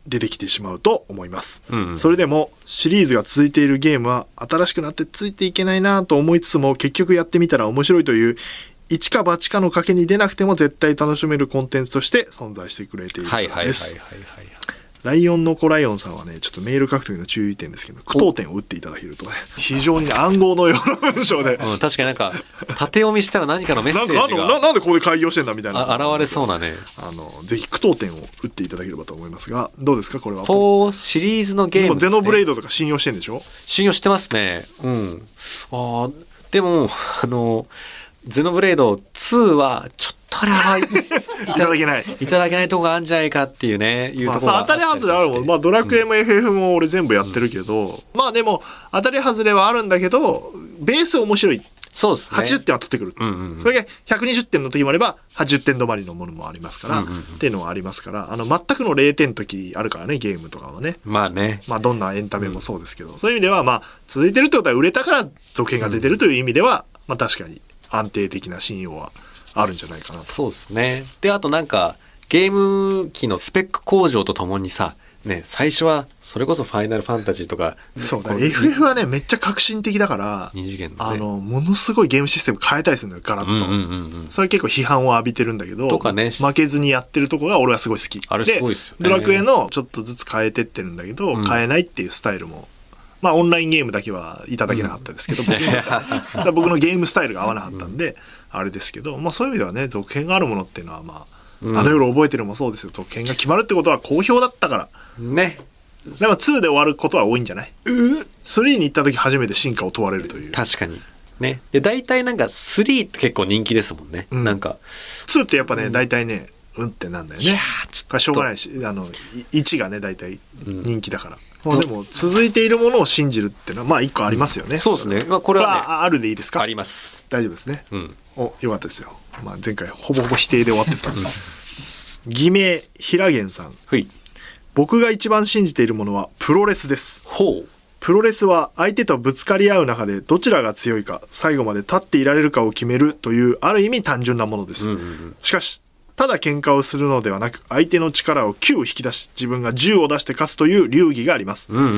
A: 出てきてしまうと思います、
B: うんうん、
A: それでもシリーズが続いているゲームは新しくなってついていけないなと思いつつも、結局やってみたら面白いという一か八かの賭けに出なくても絶対楽しめるコンテンツとして存在してくれているからです。ライオンの子ライオンさんはね、ちょっとメール書く時の注意点ですけど、句読点を打っていただけるとね、非常に、ね、暗号のような文章で、
B: うん、確かになんか縦読みしたら何かのメッセージが
A: なんかな, なんでここで開業してんだみたいな
B: 現れそうなね、
A: あのぜひ句読点を打っていただければと思いますが、どうですかこれは。
B: フォーシリーズのゲームですね。
A: ゼノブレイドとか信用してんでしょ。
B: 信用してますね。うん。あでもあのゼノブレイドツーはちょっとあれはい
A: ただけない
B: いただけないとこがあるんじゃないかっていうね、いうところがあ
A: 当たり外れあるもん。まあドラクエも エフエフ も俺全部やってるけど、うん、まあでも当たり外れはあるんだけど、ベース面白い。
B: そうですね。
A: はちじゅってんは取ってくる、うんうんうん、それがひゃくにじゅってんの時もあればはちじゅってん止まりのものもありますから、うんうんうん、っていうのはありますから、あの全くのれいてんの時あるからね、ゲームとかはね。
B: まあね、
A: まあどんなエンタメもそうですけど、うん、そういう意味ではまあ続いてるってことは売れたから続編が出てるという意味では、うん、まあ確かに安定的な信用はあるんじゃないかなと。
B: そうですね。であとなんかゲーム機のスペック向上とともにさね、最初はそれこそファイナルファンタジーとか、
A: そうだ エフエフ はねめっちゃ革新的だから
B: 二次元の、ね、
A: あのものすごいゲームシステム変えたりするのよガラッと、うんうんうんうん、それ結構批判を浴びてるんだけどとか、ね、負けずにやってるとこが俺はすごい好き。
B: あれすごいですよね。
A: ドラクエのちょっとずつ変えてってるんだけど、うん、変えないっていうスタイルもまあオンラインゲームだけはいただけなかったですけど、うん、僕, 僕のゲームスタイルが合わなかったんで、うん、あれですけど、まあそういう意味ではね続編があるものっていうのはまあ、うん、あの夜覚えてるもそうですよ。続編が決まるってことは好評だったから
B: ね。
A: でもツーで終わることは多いんじゃない？スリーに行った時初めて進化を問われるという。
B: 確かにね。で大体なんかスリーって結構人気ですもんね、うん、なんか
A: ツーってやっぱね、うん、大体ねうんってなんだよね。いやちょっとしょうがないし、あのいちがね大体人気だから、うん、まあ、でも続いているものを信じるっていうのはまあ一個ありますよね、うん、
B: そうですね。まあ、これは、ね、
A: あるでいいですか？
B: あります。
A: 大丈夫ですね、
B: うん、
A: およかったですよ、まあ、前回ほぼほぼ否定で終わってた偽名平源さん、
B: はい、
A: 僕が一番信じているものはプロレスです。
B: ほう。
A: プロレスは相手とぶつかり合う中でどちらが強いか最後まで立っていられるかを決めるというある意味単純なものです、うんうんうん、しかしただ喧嘩をするのではなく相手の力をきゅう引き出し自分がじゅうを出して勝つという流儀があります、
B: うんうんうん、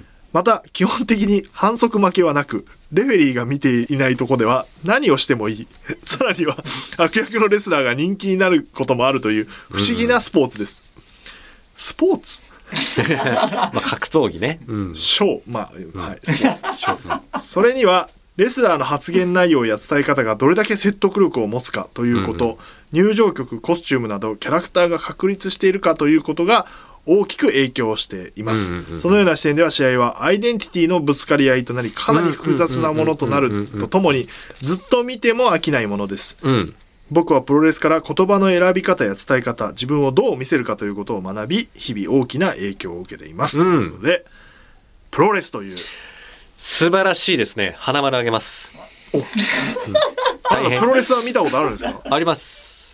A: また基本的に反則負けはなくレフェリーが見ていないとこでは何をしてもいいさらには悪役のレスラーが人気になることもあるという不思議なスポーツです、うんうん、スポーツ
B: まあ格闘技ね、
A: うん、ショー、まあ、うん、はい、スポーツショーそれにはレスラーの発言内容や伝え方がどれだけ説得力を持つかということ、うんうん、入場曲、コスチュームなどキャラクターが確立しているかということが大きく影響しています、うんうんうん、そのような視点では試合はアイデンティティのぶつかり合いとなりかなり複雑なものとなるとともにずっと見ても飽きないものです、うん、僕はプロレスから言葉の選び方や伝え方、自分をどう見せるかということを学び日々大きな影響を受けています、うん、ということでプロレスという
B: 素晴らしいですね。花丸あげます。お、うん、
A: 大変。プロレスは見たことあるんですか？
B: あります。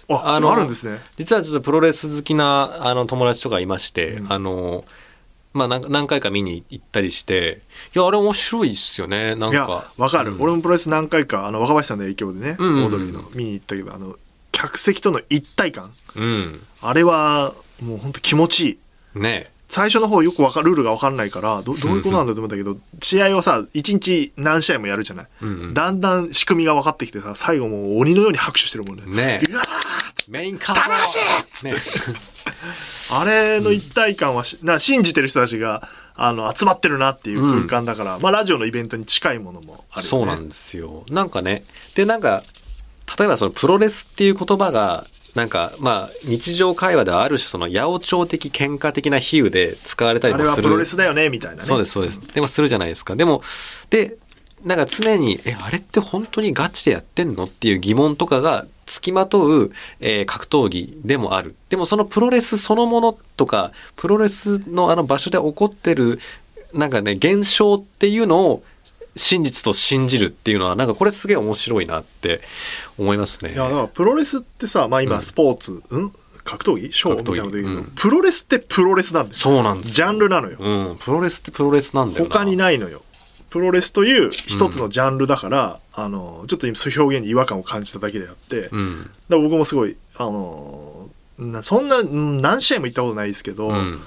A: あ、あのあるんですね。
B: 実はちょっとプロレス好きなあの友達とかいまして、うん、あのまあ何、何回か見に行ったりして、いやあれ面白いっすよね。なんかいや
A: わかる、うん、俺もプロレス何回かあの若林さんの影響でね、うんうんうん、オードリーの見に行ったけど、あの客席との一体感、うん、あれはもう本当気持ちいい。
B: ね。
A: 最初の方よくわかルールが分かんないからど, どういうことなんだと思ったけど試合をさいちにち何試合もやるじゃない、うんうん、だんだん仕組みが分かってきてさ最後もう鬼のように拍手してるもんね。
B: ね
A: うわ
B: メインカード
A: 楽しいっつって、ね、あれの一体感はしな信じてる人たちがあの集まってるなっていう空間だから、うん、まあラジオのイベントに近いものもあるよね。
B: そうなんですよ。なんかねでなんか例えばそのプロレスっていう言葉がなんかまあ日常会話ではある種その八百長的喧嘩的な比喩で使われたりもする。
A: あれはプロレスだよねみたいなね。
B: そうですそうです。でもするじゃないですか。でもでなんか常にえあれって本当にガチでやってんのっていう疑問とかがつきまとう、えー、格闘技でもある。でもそのプロレスそのものとかプロレスのあの場所で起こってるなんかね現象っていうのを真実と信じるっていうのはなんかこれすげえ面白いなって思いますね。
A: いやだからプロレスってさ、まあ、今スポーツ、うん、ん格闘技ショーみたいなので言うけど、うん、プロレスってプロレスなんだよ。
B: そうなんです
A: ジャンルなのよ、
B: うん、プロレスってプロレスなんだよな。
A: 他にないのよ。プロレスという一つのジャンルだから、うん、あのちょっと今そういう表現に違和感を感じただけであって、うん、だから僕もすごいあのそんな何試合も行ったことないですけど、うん、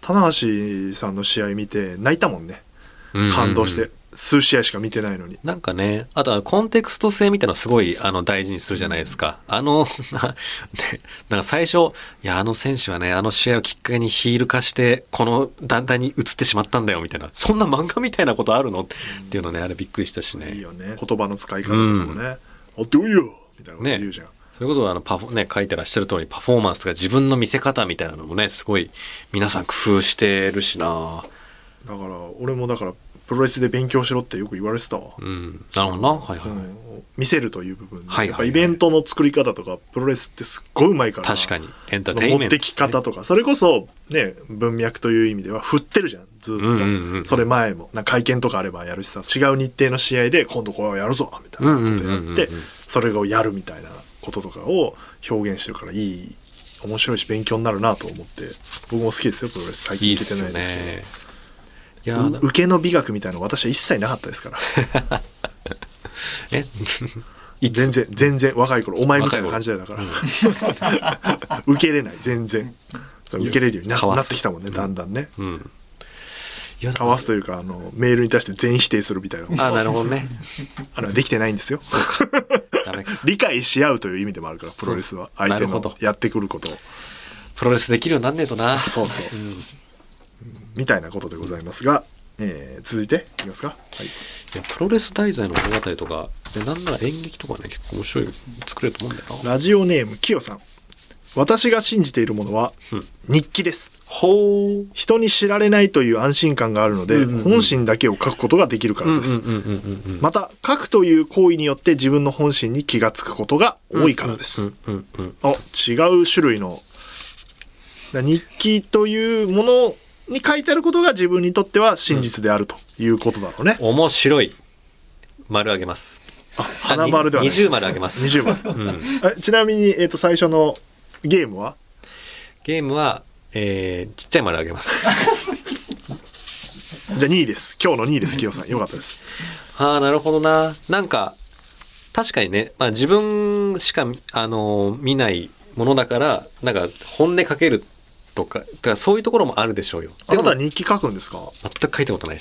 A: 棚橋さんの試合見て泣いたもんね。感動して。数試合しか見てないのに。
B: なんかね、あとはコンテクスト性みたいなのすごいあの大事にするじゃないですか。あの、なんか最初、いや、あの選手はね、あの試合をきっかけにヒール化して、この団体に移ってしまったんだよ、みたいな。そんな漫画みたいなことあるのっていうのね、あれびっくりしたしね。
A: いいよね。言葉の使い方とかもね。あっておいよみたいなこと言うじゃん。ね、
B: それこそあのパフォ、ね、書いてらっしゃる通り、パフォーマンスとか自分の見せ方みたいなのもね、すごい皆さん工夫してるしな。
A: だから、俺もだから、プロレスで勉強しろってよく言われてたわ。
B: うん。なるほどな。はいはい。うん、
A: 見せるという部分で、
B: はいはいはい、
A: やっぱイベントの作り方とか、プロレスってすっごいうまいから。
B: 確かに。エンターテインメント、
A: 持ってき方とか、それこそ、ね、文脈という意味では振ってるじゃん。ずっと。うんうんうん、それ前も。なんか会見とかあればやるしさ、違う日程の試合で今度これをやるぞみたいなことやって、それをやるみたいなこととかを表現してるからいい、面白いし勉強になるなと思って、僕も好きですよ、プロレス。最近行けてないですけど。いいっすね。いや受けの美学みたいなの私は一切なかったですから
B: え
A: 全然全然若い頃お前みたいな感じだよだから、うん、受けれない全然受けれるように な, なってきたもんねだんだんね、うん、いやかわすというかあのメールに対して全否定するみたいな
B: あなるほどね
A: あれはできてないんですよそうかダメか理解し合うという意味でもあるからプロレスは相手のやってくることを
B: プロレスできるようになんねえとな
A: そうそう、うんみたいなことでございますが、えー、続いていきますか、はい、い
B: やプロレス題材の物語とかでなんなら演劇とかね結構面白い作れると思うんだよ
A: な。ラジオネームきよさん、私が信じているものは、うん、日記です。ほう。人に知られないという安心感があるので、うんうんうん、本心だけを書くことができるからです。また書くという行為によって自分の本心に気がつくことが多いからです。あ、違う種類の日記というものに書いてあることが自分にとっては真実であるということだろうね。
B: うん、面白い。丸あげます。
A: あ、花丸ではないです。
B: にじゅう丸あげます。
A: にじゅう丸。うん、えちなみに、えーと、最初のゲームは
B: ゲームは、えー、ちっちゃい丸あげます。
A: じゃあにいです。今日のにいです、きよさん。よかったです。
B: はあ、なるほどな。なんか、確かにね、まあ、自分しか、あのー、見ないものだから、なんか本音かけるとか、だからそういうところもあるでしょうよ。
A: あなたは日記書くんですか？
B: 全く書いたことないです。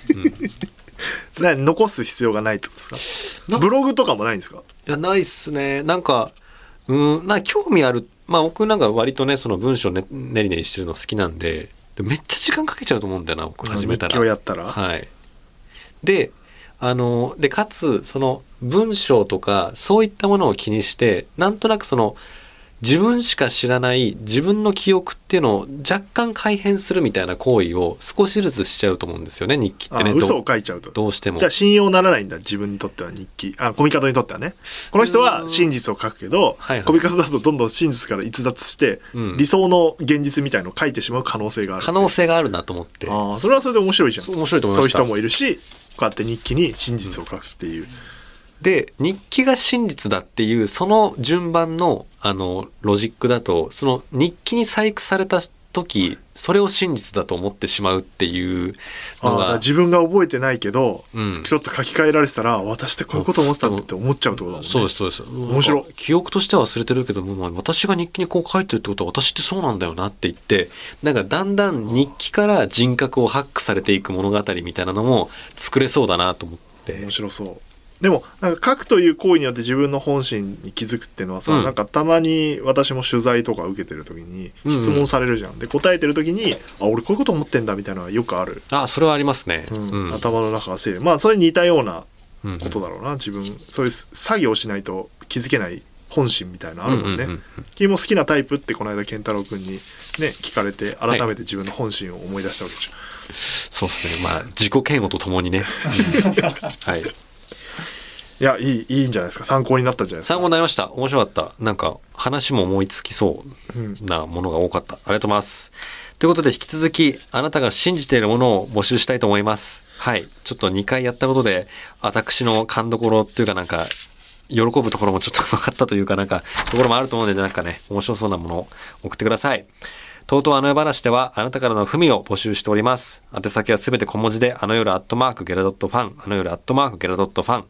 A: うん、残す必要がないってことですか？ブログとかもないんですか？
B: いや、ないっすね。なんか、うん、なんか興味ある。まあ僕なんか割とね、その文章ね、ねりねりしてるの好きなんで、でめっちゃ時間かけちゃうと思うんだよな、僕始めたら。
A: 日記をやったら。
B: はい。で、あの、で、かつ、その文章とか、そういったものを気にして、なんとなくその、自分しか知らない自分の記憶っていうのを若干改変するみたいな行為を少しずつしちゃうと思うんですよね、日記ってね。
A: 嘘を書いちゃうと。
B: どうしても。
A: じゃあ信用ならないんだ、自分にとっては日記。あ、コミカドにとってはね。この人は真実を書くけど、はいはい、コミカドだとどんどん真実から逸脱して、うん、理想の現実みたいのを書いてしまう可能性がある。
B: 可能性があるなと思って。
A: ああ、それはそれで面白いじゃん。
B: 面白いと思いました。
A: そういう人もいるし、こうやって日記に真実を書くっていう。うん
B: で、日記が真実だっていう、その順番の、あの、ロジックだと、その日記に細工された時、それを真実だと思ってしまうっていうのが。
A: ああ、自分が覚えてないけど、うん、ちょっと書き換えられてたら、私ってこういうこと思ってたんだって思っちゃうってことだもんね。
B: そうです、そうです。
A: 面白い。
B: 記憶としては忘れてるけども、私が日記にこう書いてるってことは、私ってそうなんだよなって言って、なんかだんだん日記から人格をハックされていく物語みたいなのも作れそうだなと思って。
A: 面白そう。でもなんか書くという行為によって自分の本心に気づくっていうのはさ、うん、なんかたまに私も取材とか受けてる時に質問されるじゃん、うんうん、で答えてる時にあ俺こういうこと思ってんだみたいなのはよくある。
B: あそれはありますね、
A: うんうん、頭の中が整理まあそれに似たようなことだろうな、うんうん、自分そういう作業しないと気づけない本心みたいなのあるもんね、うんうんうん、君も好きなタイプってこの間健太郎君にね聞かれて改めて自分の本心を思い出したわけでしょ、はい、
B: そうですねまあ自己嫌悪とともにねはい
A: いやいいいいんじゃないですか参考になったんじゃないですか。
B: 参考になりました面白かったなんか話も思いつきそうなものが多かった、うん、ありがとうございますということで引き続きあなたが信じているものを募集したいと思います。はいちょっとにかいやったことで私の勘どころっていうかなんか喜ぶところもちょっと分かったというかなんかところもあると思うのでなんかね面白そうなものを送ってください。とうとうあの夜話ではあなたからの文を募集しております。宛先はすべて小文字であの夜アットマークゲラドットファンあの夜アットマークゲラドットファン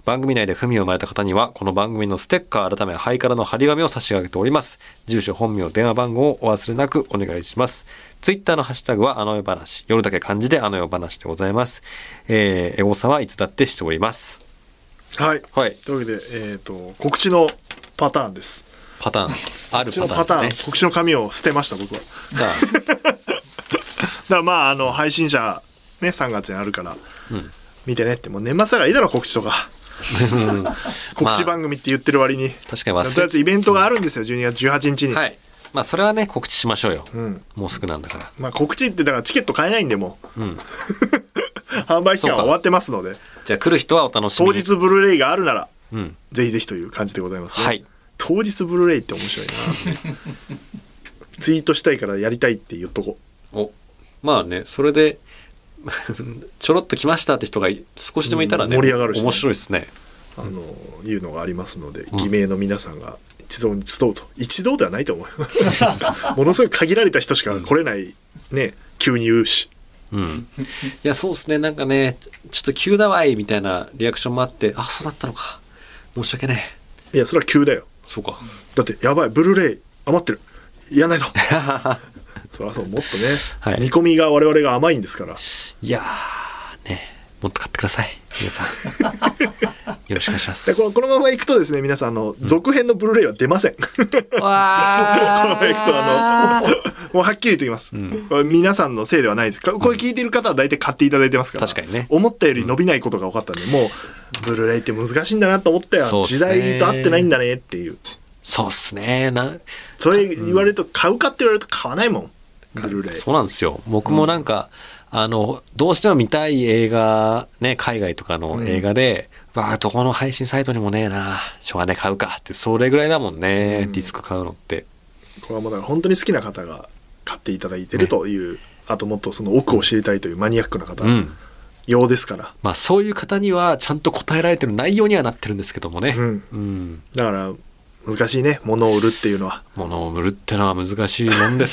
B: 番組内で文を生まれた方には、この番組のステッカー改めハイカラの張り紙を差し上げております。住所、本名、電話番号をお忘れなくお願いします。ツイッターのハッシュタグはあの世話。夜だけ漢字であの世話でございます。えー、エゴサはいつだってしております。
A: はい。
B: はい。
A: というわけで、えっ、ー、と、告知のパターンです。
B: パターン。あるパターンですね。
A: パターン、告知の紙を捨てました、僕は。だからまあ、あの、配信者、ね、さんがつにあるから、うん、見てねって、もう年末だからいいだろ、告知とか。告知番組って言ってる割に。
B: まあ、確かに忘れ
A: とりあえずイベントがあるんですよ、じゅうにがつじゅうはちにちに。
B: はい。まあ、それはね、告知しましょうよ。
A: うん、
B: もうすぐなんだから。
A: まあ、告知って、だからチケット買えないんで、もう。うん、販売期間は終わってますので。
B: じゃあ来る人はお楽しみに。
A: 当日ブルーレイがあるなら、うん、ぜひぜひという感じでございますね。
B: はい。
A: 当日ブルーレイって面白いな。ツイートしたいからやりたいって言っとこ
B: う。お、まあね、それでちょろっと来ましたって人が少しでもいたらね、
A: 盛り上がるし、ね、
B: 面白いですね。
A: あのいうのがありますので、偽名の皆さんが一堂に集うと、一堂ではないと思う。ものすごい限られた人しか来れないね、急に言うし。
B: うん、いやそうですね、なんかねちょっと急だわいみたいなリアクションもあって、あそうだったのか申し訳ね
A: え。いやそれは急だよ。
B: そうか。
A: だってやばいブルーレイ余ってる、やんないと。そりゃそう、もっとね、はい、見込みが我々が甘いんですから。
B: いやーね、もっと買ってください皆さん。よろしくお願いします。
A: この、このままいくとですね、皆さんあの、うん、続編のブルーレイは出ません。わーこのままいくとあのもうはっきりと言います、うん、皆さんのせいではないです。これ聞いてる方は大体買っていただいてますから、
B: 確かにね、
A: 思ったより伸びないことが分かったんで、もうブルーレイって難しいんだなと思ったよ、時代と合ってないんだねっていう。
B: そうっすね。な
A: それ言われると、買うかって言われると買わないもん、ブルーレイ。
B: そうなんですよ。僕もなんか、うん、あのどうしても見たい映画ね、海外とかの映画で、うん、わあどこの配信サイトにもねえな、しょうがね買うかって、それぐらいだもんね、うん、ディスク買うのって。
A: これはもうだから本当に好きな方が買っていただいてるという、ね、あともっとその奥を知りたいというマニアックな方、うん、ようですから、
B: まあそういう方にはちゃんと答えられてる内容にはなってるんですけどもね、
A: うんうん、だから難しいね、物を売るっていうのは。
B: 物を売るってのは難しいもんです。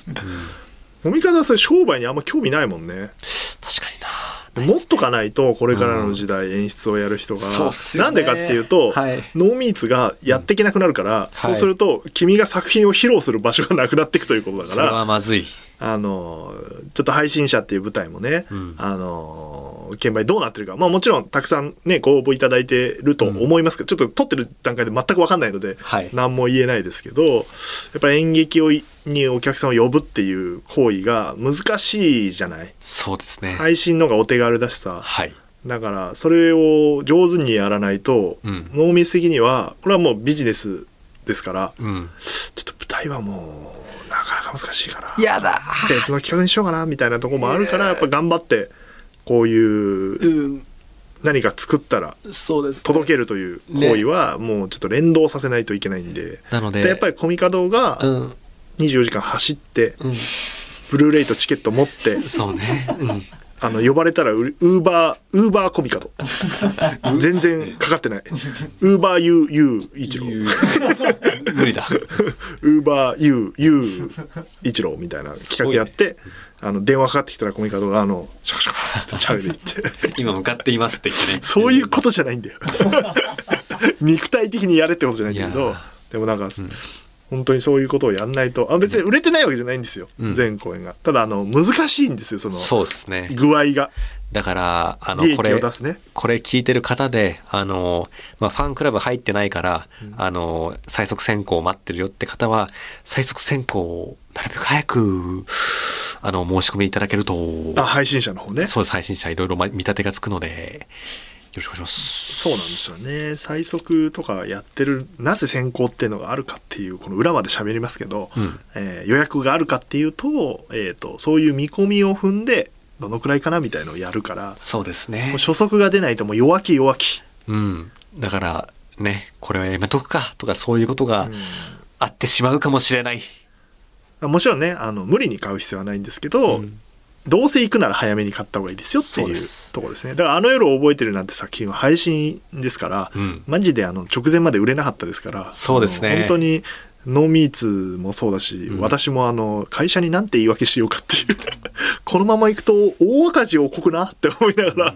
A: うん、飲み方はそれ商売にあんま興味ないもんね。
B: 確かにな。
A: 持っとかないとこれからの時代演出をやる人が、うん、なんでかっていうと、はい、ノーミーツがやっていけなくなるから、うん、そうすると君が作品を披露する場所がなくなっていくということだから、それ
B: はまずい。
A: あのちょっと配信者っていう舞台もね、うん、あの現場にどうなってるか、まあ、もちろんたくさんねご応募いただいてると思いますけど、うん、ちょっと撮ってる段階で全く分かんないので、はい、何も言えないですけど、やっぱり演劇をにお客さんを呼ぶっていう行為が難しいじゃない。
B: そうですね。
A: 配信のがお手軽だしさ、
B: はい、
A: だからそれを上手にやらないと、うん、濃密的にはこれはもうビジネスですから、うん、ちょっと舞台はもうなかなか難しいから、
B: やだ
A: 別の企画にしようかなみたいなところもあるから、やっぱ頑張ってこういう何か作ったら届けるという行為はもうちょっと連動させないといけないんで、
B: なので
A: でやっぱりコミカドがにじゅうよじかん走って、うん、ブルーレイとチケット持って
B: そうね、うん、
A: あの呼ばれたらウーバーウーバーコミカド全然かかってない、ウーバーユーユー一郎
B: 無理だ、
A: ウーバーユーユー一郎みたいな企画やって、あの電話かかってきたらコミカドがあのシャカシャカっつってチャリで行って
B: 今向かっていますって言ってね、
A: そういうことじゃないんだよ肉体的にやれってことじゃないんだけど、でもなんか、うん、本当にそういうことをやんないと、あ別に売れてないわけじゃないんですよ、うん、全公演が。ただあの難しいんですよ、その
B: そうですね、
A: 具合が。
B: だからあのこれ、ね、これ聞いてる方であの、まあ、ファンクラブ入ってないから、うん、あの最速選考を待ってるよって方は最速選考をなるべく早くあの申し込みいただけると。
A: あ、配信者の方ね。
B: そうです、配信者いろいろ見立てがつくのでよろしくお願いします。
A: そうなんですよね。最速とかやってるなぜ選考っていうのがあるかっていう、この裏まで喋りますけど、うん、えー、予約があるかっていうと、えーと、そういう見込みを踏んでどのくらいかなみたいのをやるから。
B: そうですね。
A: もう初速が出ないともう弱気弱気。
B: うん。だからね、これはやめとくかとかそういうことがあってしまうかもしれない。
A: うん、もちろんね、あの無理に買う必要はないんですけど、うん、どうせ行くなら早めに買った方がいいですよっていうところですね。だからあの夜を覚えてるなんて作品は配信ですから、うん、マジであの直前まで売れなかったですから。
B: そうですね。
A: 本当にノーミーツもそうだし、うん、私もあの会社になんて言い訳しようかっていうこのまま行くと大赤字をこくなって思いながら、うん、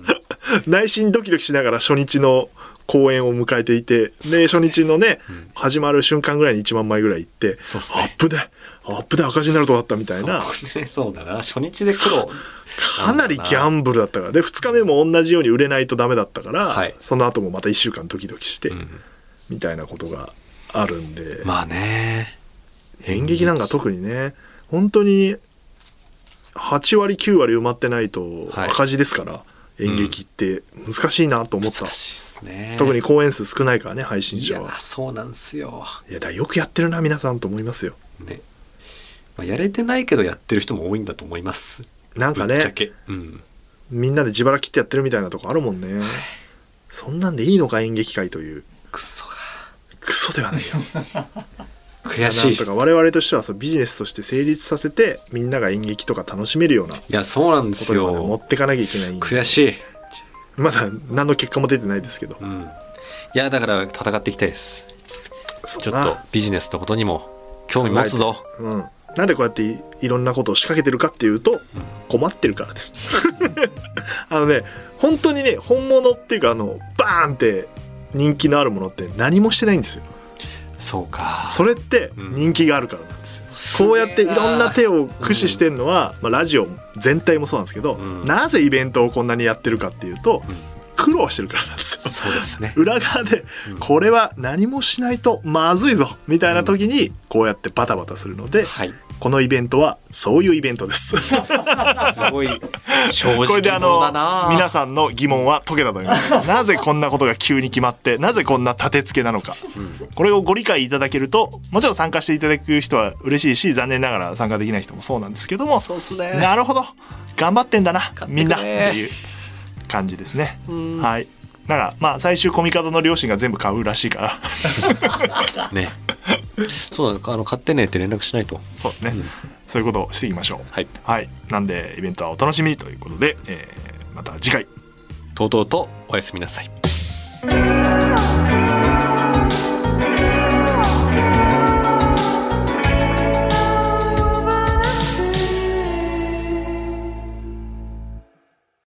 A: 内心ドキドキしながら初日の公演を迎えていて、で、初日のね、うん、始まる瞬間ぐらいにいちまんまいぐらい行って、そうすね、アップで、アップで赤字になるとだったみたいな。
B: そうね、そうだな。初日で黒。
A: かなりギャンブルだったから。で、ふつかめも同じように売れないとダメだったから、はい、その後もまたいっしゅうかんドキドキして、うん、みたいなことがあるんで。
B: まあね。
A: 演劇なんか特にね、本当にはちわりきゅうわり埋まってないと赤字ですから、はい、演劇って難しいなと思った、うん、
B: 難しいですね。
A: 特に公演数少ないからね、配信者は。
B: いや、そうなんですよ。
A: いや、だよくやってるな皆さんと思いますよ
B: ね。まあ、やれてないけどやってる人も多いんだと思います。
A: なんかね、
B: うん、
A: みんなで自腹切ってやってるみたいなとこあるもんね。そんなんでいいのか演劇界という。
B: クソが
A: クソではないよ
B: 悔しい。
A: なんとか我々としてはそうビジネスとして成立させて、みんなが演劇とか楽しめるような、い
B: やそうなんですよ、
A: ことに持ってかなきゃいけないんで。
B: 悔しい。
A: まだ何の結果も出てないですけど、うん、
B: いやだから戦っていきたいです。ちょっとビジネスのことにも興味持つぞ。
A: うん、なんでこうやって い, いろんなことを仕掛けてるかっていうと、うん、困ってるからですあのね、本当にね、本物っていうか、あのバーンって人気のあるものって何もしてないんですよ。
B: そうか。
A: それって人気があるからなんですよ、うん、こうやっていろんな手を駆使してるのは、うん、まあ、ラジオ全体もそうなんですけど、うん、なぜイベントをこんなにやってるかっていうと、うん、苦労してるからなんですよ。
B: そうですね。
A: 裏側でこれは何もしないとまずいぞみたいな時にこうやってバタバタするので、うん、はい、このイベントはそういうイベントですす
B: ごい正直者だな。
A: これであの皆さんの疑問は解けたと思いますなぜこんなことが急に決まって、なぜこんな立て付けなのか、うん、これをご理解いただけると、もちろん参加していただく人は嬉しいし、残念ながら参加できない人もそうなんですけども、
B: そうっすね、
A: なるほど頑張ってんだなみんなっていう感じですね。はい。だからまあ最終コミカドの両親が全部買うらしいから
B: ね。そうだ、あの買ってねって連絡しないと。
A: そうね、うん、そういうことをしていきましょう。はい、はい、なんでイベントはお楽しみということで、えー、また次回。
B: とうとうとおやすみなさい。